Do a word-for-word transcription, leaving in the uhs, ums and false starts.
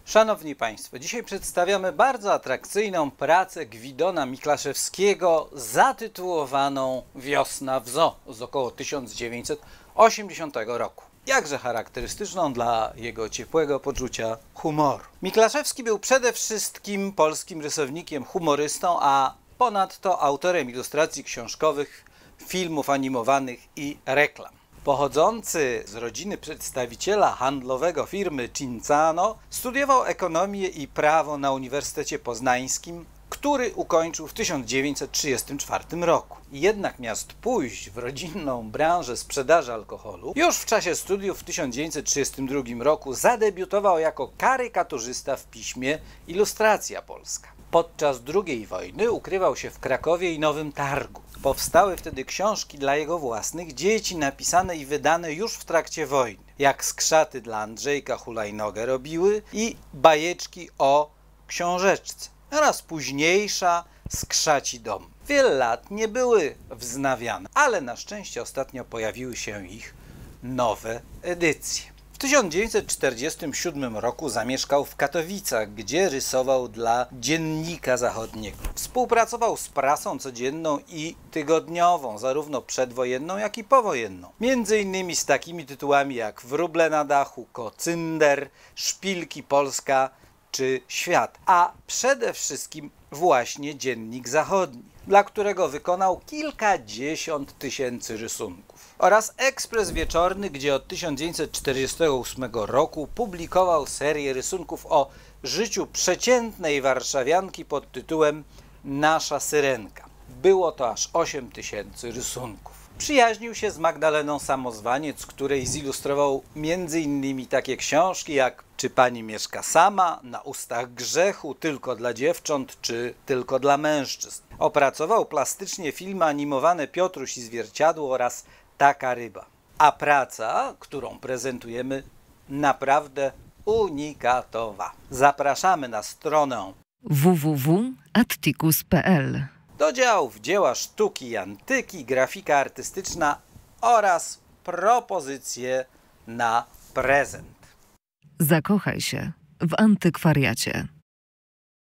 Szanowni Państwo, dzisiaj przedstawiamy bardzo atrakcyjną pracę Gwidona Miklaszewskiego zatytułowaną Wiosna w Zoo z około tysiąc dziewięćset osiemdziesiątego roku. Jakże charakterystyczną dla jego ciepłego poczucia humoru. Miklaszewski był przede wszystkim polskim rysownikiem, humorystą, a ponadto autorem ilustracji książkowych, filmów animowanych i reklam. Pochodzący z rodziny przedstawiciela handlowego firmy Cinzano, studiował ekonomię i prawo na Uniwersytecie Poznańskim, który ukończył w tysiąc dziewięćset trzydziestym czwartym roku. Jednak zamiast pójść w rodzinną branżę sprzedaży alkoholu, już w czasie studiów w tysiąc dziewięćset trzydziestym drugim roku zadebiutował jako karykaturzysta w piśmie Ilustracja Polska. Podczas drugiej wojny ukrywał się w Krakowie i Nowym Targu. Powstały wtedy książki dla jego własnych dzieci, napisane i wydane już w trakcie wojny, jak Skrzaty dla Andrzejka Hulajnogę robiły i bajeczki o książeczce oraz późniejsza Skrzaci dom. Wiele lat nie były wznawiane, ale na szczęście ostatnio pojawiły się ich nowe edycje. W tysiąc dziewięćset czterdziestym siódmym roku zamieszkał w Katowicach, gdzie rysował dla Dziennika Zachodniego. Współpracował z prasą codzienną i tygodniową, zarówno przedwojenną, jak i powojenną. Między innymi z takimi tytułami jak Wróble na dachu, Kocynder, Szpilki Polska czy Świat, a przede wszystkim właśnie Dziennik Zachodni, dla którego wykonał kilkadziesiąt tysięcy rysunków. Oraz Ekspres Wieczorny, gdzie od tysiąc dziewięćset czterdziestego ósmego roku publikował serię rysunków o życiu przeciętnej warszawianki pod tytułem Nasza Syrenka. Było to aż osiem tysięcy rysunków. Przyjaźnił się z Magdaleną Samozwaniec, której zilustrował między innymi takie książki jak Czy pani mieszka sama, Na ustach grzechu, Tylko dla dziewcząt czy Tylko dla mężczyzn. Opracował plastycznie filmy animowane Piotruś i Zwierciadło oraz Taka ryba. A praca, którą prezentujemy, naprawdę unikatowa. Zapraszamy na stronę w w w kropka atticus kropka p l do działów dzieła sztuki i antyki, grafika artystyczna oraz propozycje na prezent. Zakochaj się w antykwariacie.